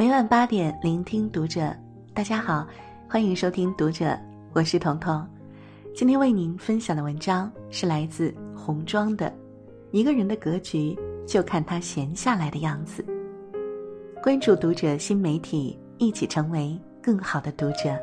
每晚8点聆听读者。大家好，欢迎收听读者，我是彤彤。今天为您分享的文章是来自红妆的一个人的格局就看他闲下来的样子。关注读者新媒体，一起成为更好的读者。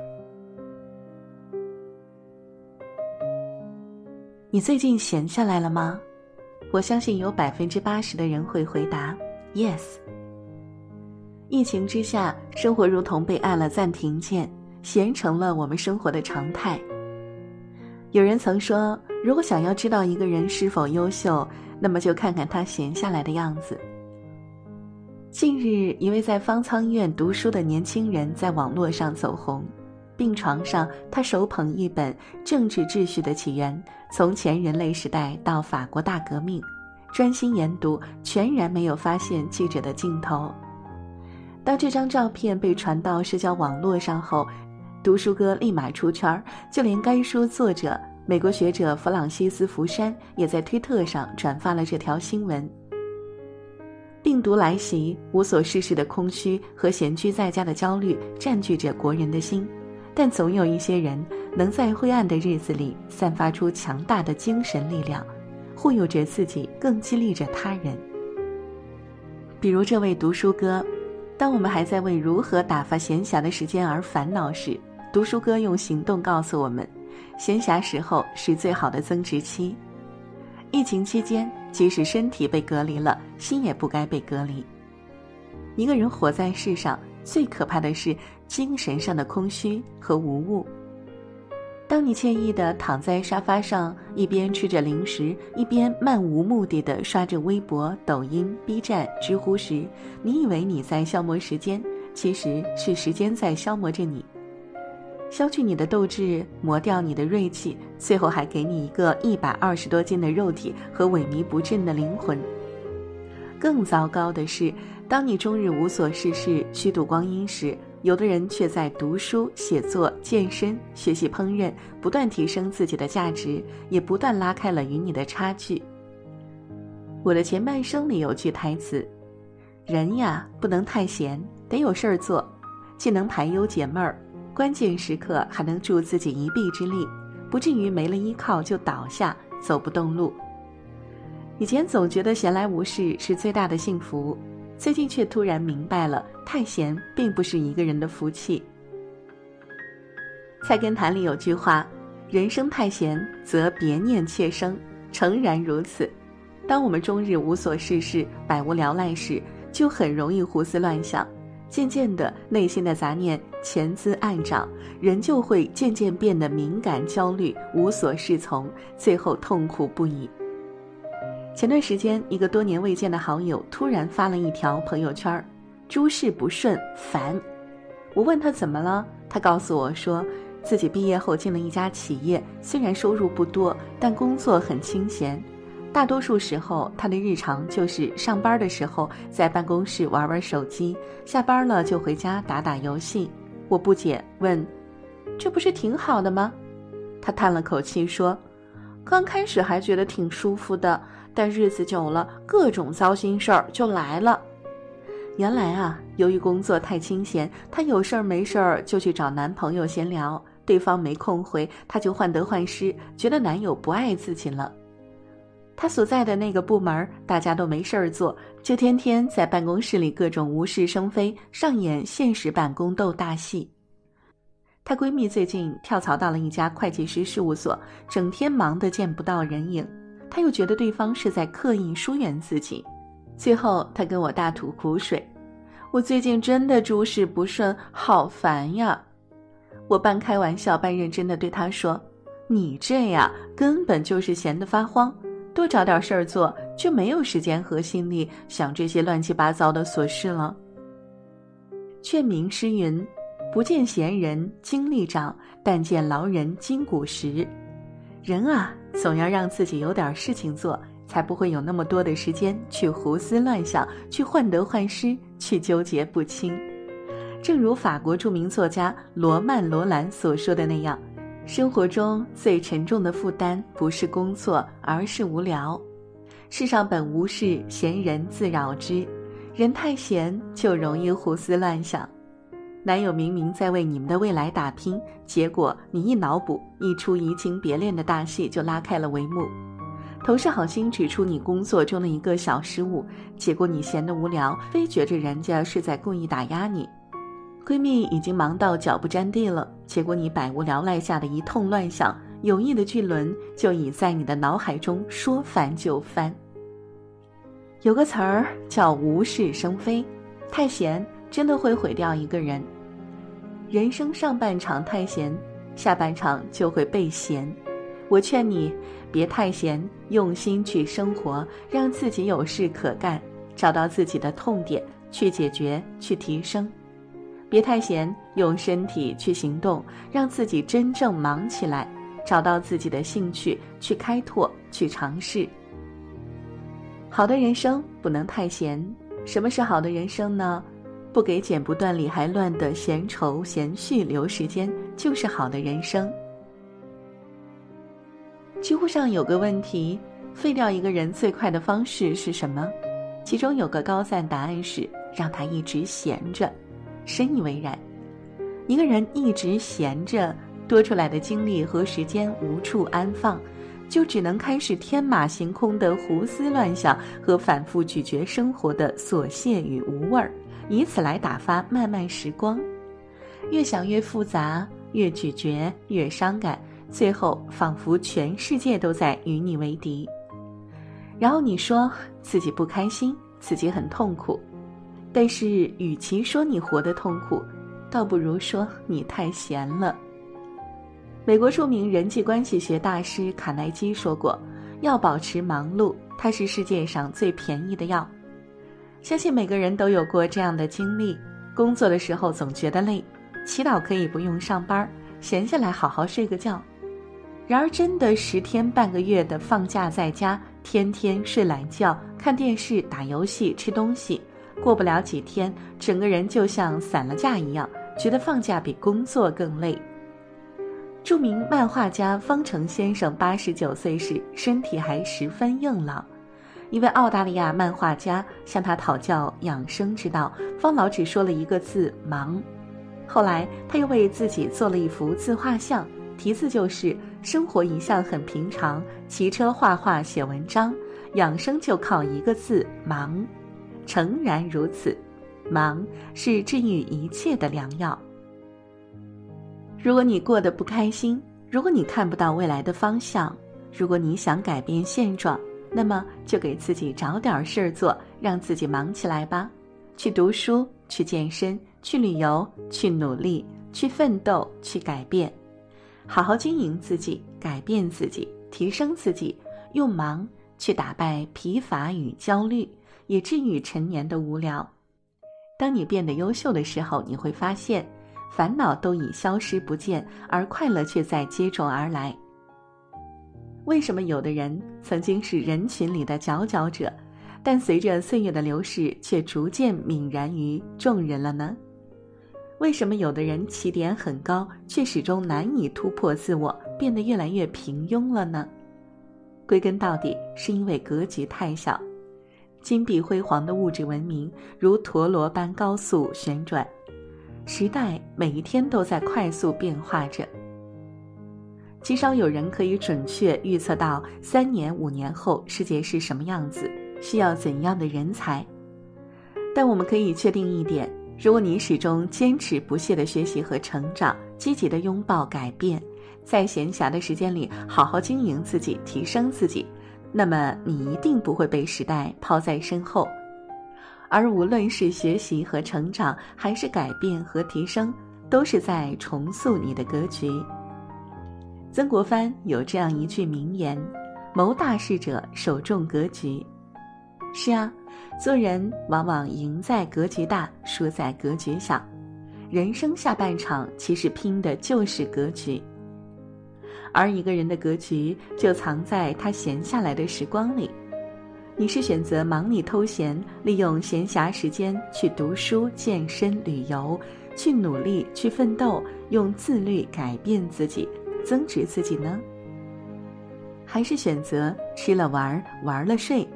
你最近闲下来了吗？我相信有80%的人会回答 yes。 疫情之下，生活如同被按了暂停键，闲成了我们生活的常态。有人曾说，如果想要知道一个人是否优秀，那么就看看他闲下来的样子。近日，一位在方舱医院读书的年轻人在网络上走红。病床上，他手捧一本《政治秩序的起源：从前人类时代到法国大革命》，专心研读，全然没有发现记者的镜头。当这张照片被传到社交网络上后，读书哥立马出圈，就连该书作者美国学者弗朗西斯·福山也在推特上转发了这条新闻。病毒来袭，无所事事的空虚和闲居在家的焦虑占据着国人的心，但总有一些人能在灰暗的日子里散发出强大的精神力量，护佑着自己，更激励着他人。比如这位读书哥，当我们还在为如何打发闲暇的时间而烦恼时，读书哥用行动告诉我们，闲暇时候是最好的增值期。疫情期间，即使身体被隔离了，心也不该被隔离。一个人活在世上，最可怕的是精神上的空虚和无物。当你惬意地躺在沙发上，一边吃着零食，一边漫无目的地刷着微博、抖音、B 站、知乎时，你以为你在消磨时间，其实是时间在消磨着你。消去你的斗志，磨掉你的锐气，最后还给你一个120多斤的肉体和萎靡不振的灵魂。更糟糕的是，当你终日无所事事，虚度光阴时，有的人却在读书、写作、健身、学习烹饪，不断提升自己的价值，也不断拉开了与你的差距。我的前半生里有句台词，人呀，不能太闲，得有事儿做，既能排忧解闷儿，关键时刻还能助自己一臂之力，不至于没了依靠就倒下，走不动路。以前总觉得闲来无事是最大的幸福，最近却突然明白了，太闲并不是一个人的福气。菜根谭里有句话，人生太闲则别念妾生，诚然如此。当我们终日无所事事，百无聊赖时，就很容易胡思乱想，渐渐的内心的杂念潜滋暗长，人就会渐渐变得敏感焦虑，无所适从，最后痛苦不已。前段时间，一个多年未见的好友突然发了一条朋友圈，诸事不顺，烦。我问他怎么了，他告诉我说，自己毕业后进了一家企业，虽然收入不多，但工作很清闲。大多数时候，他的日常就是上班的时候在办公室玩玩手机，下班了就回家打打游戏。我不解问，这不是挺好的吗？他叹了口气说，刚开始还觉得挺舒服的，但日子久了，各种糟心事儿就来了。原来啊，由于工作太清闲，她有事儿没事儿就去找男朋友闲聊，对方没空回，她就患得患失，觉得男友不爱自己了。她所在的那个部门，大家都没事儿做，就天天在办公室里各种无事生非，上演现实版宫斗大戏。她闺蜜最近跳槽到了一家会计师事务所，整天忙得见不到人影。她又觉得对方是在刻意疏远自己，最后她跟我大吐苦水，我最近真的诸事不顺，好烦呀。我半开玩笑半认真地对她说，你这样根本就是闲得发慌，多找点事儿做，就没有时间和心力想这些乱七八糟的琐事了。劝民诗云，不见闲人精力长，但见劳人筋骨实。人啊，总要让自己有点事情做，才不会有那么多的时间去胡思乱想，去患得患失，去纠结不清。正如法国著名作家罗曼·罗兰所说的那样，生活中最沉重的负担不是工作，而是无聊。世上本无事，闲人自扰之。 人太闲就容易胡思乱想。男友明明在为你们的未来打拼，结果你一脑补，一出移情别恋的大戏就拉开了帷幕。同事好心指出你工作中的一个小失误，结果你闲得无聊，非觉着人家是在故意打压你。闺蜜已经忙到脚不沾地了，结果你百无聊赖下的一通乱想，有意的巨轮就已在你的脑海中说翻就翻。有个词儿叫无事生非，太闲真的会毁掉一个人。人生上半场太闲，下半场就会被闲。我劝你别太闲，用心去生活，让自己有事可干，找到自己的痛点，去解决，去提升。别太闲，用身体去行动，让自己真正忙起来，找到自己的兴趣，去开拓，去尝试。好的人生不能太闲。什么是好的人生呢？不给剪不断理还乱的闲愁闲绪留时间，就是好的人生。知乎上有个问题，废掉一个人最快的方式是什么？其中有个高赞答案是让他一直闲着。深以为然。一个人一直闲着，多出来的精力和时间无处安放，就只能开始天马行空的胡思乱想和反复咀嚼生活的琐屑与无味儿，以此来打发漫漫时光。越想越复杂，越咀嚼越伤感，最后仿佛全世界都在与你为敌。然后你说自己不开心，自己很痛苦，但是与其说你活得痛苦，倒不如说你太闲了。美国著名人际关系学大师卡耐基说过，要保持忙碌，它是世界上最便宜的药。相信每个人都有过这样的经历，工作的时候总觉得累，祈祷可以不用上班，闲下来好好睡个觉。然而真的10天半个月的放假在家，天天睡懒觉，看电视，打游戏，吃东西，过不了几天，整个人就像散了架一样，觉得放假比工作更累。著名漫画家方成先生89岁时，身体还十分硬朗。一位澳大利亚漫画家向他讨教养生之道，方老只说了一个字：忙。后来他又为自己做了一幅自画像，题字就是生活一向很平常，骑车画画写文章，养生就靠一个字：忙。诚然如此，忙是治愈一切的良药。如果你过得不开心，如果你看不到未来的方向，如果你想改变现状，那么就给自己找点事儿做，让自己忙起来吧。去读书，去健身，去旅游，去努力，去奋斗，去改变。好好经营自己，改变自己，提升自己，用忙去打败疲乏与焦虑，也治愈陈年的无聊。当你变得优秀的时候，你会发现烦恼都已消失不见，而快乐却在接踵而来。为什么有的人曾经是人群里的佼佼者，但随着岁月的流逝却逐渐泯然于众人了呢？为什么有的人起点很高，却始终难以突破自我，变得越来越平庸了呢？归根到底是因为格局太小。金碧辉煌的物质文明如陀螺般高速旋转，时代每一天都在快速变化着。极少有人可以准确预测到3年5年后世界是什么样子，需要怎样的人才。但我们可以确定一点，如果你始终坚持不懈的学习和成长，积极的拥抱改变，在闲暇的时间里好好经营自己，提升自己，那么你一定不会被时代抛在身后。而无论是学习和成长，还是改变和提升，都是在重塑你的格局。曾国藩有这样一句名言：谋大事者首重格局。是啊，做人往往赢在格局大，输在格局小。人生下半场其实拼的就是格局。而一个人的格局就藏在他闲下来的时光里。你是选择忙里偷闲，利用闲暇时间去读书、健身、旅游，去努力、去奋斗，用自律改变自己，增值自己呢？还是选择吃了玩，玩了睡，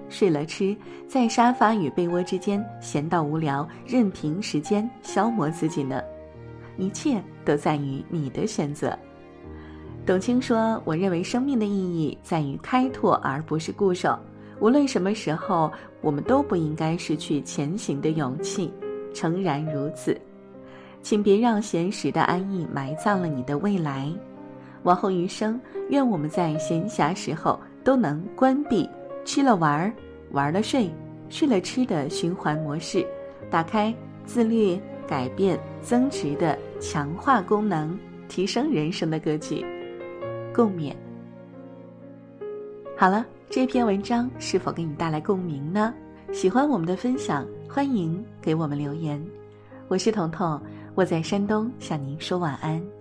睡了吃，在沙发与被窝之间闲到无聊，任凭时间消磨自己呢？一切都在于你的选择。董卿说，我认为生命的意义在于开拓而不是固守，无论什么时候，我们都不应该失去前行的勇气，诚然如此。请别让闲时的安逸埋葬了你的未来。往后余生，愿我们在闲暇时候都能关闭吃了玩，玩了睡，睡了吃的循环模式，打开自律、改变、增值的强化功能，提升人生的格局。共勉。好了，这篇文章是否给你带来共鸣呢？喜欢我们的分享，欢迎给我们留言。我是彤彤，我在山东向您说晚安。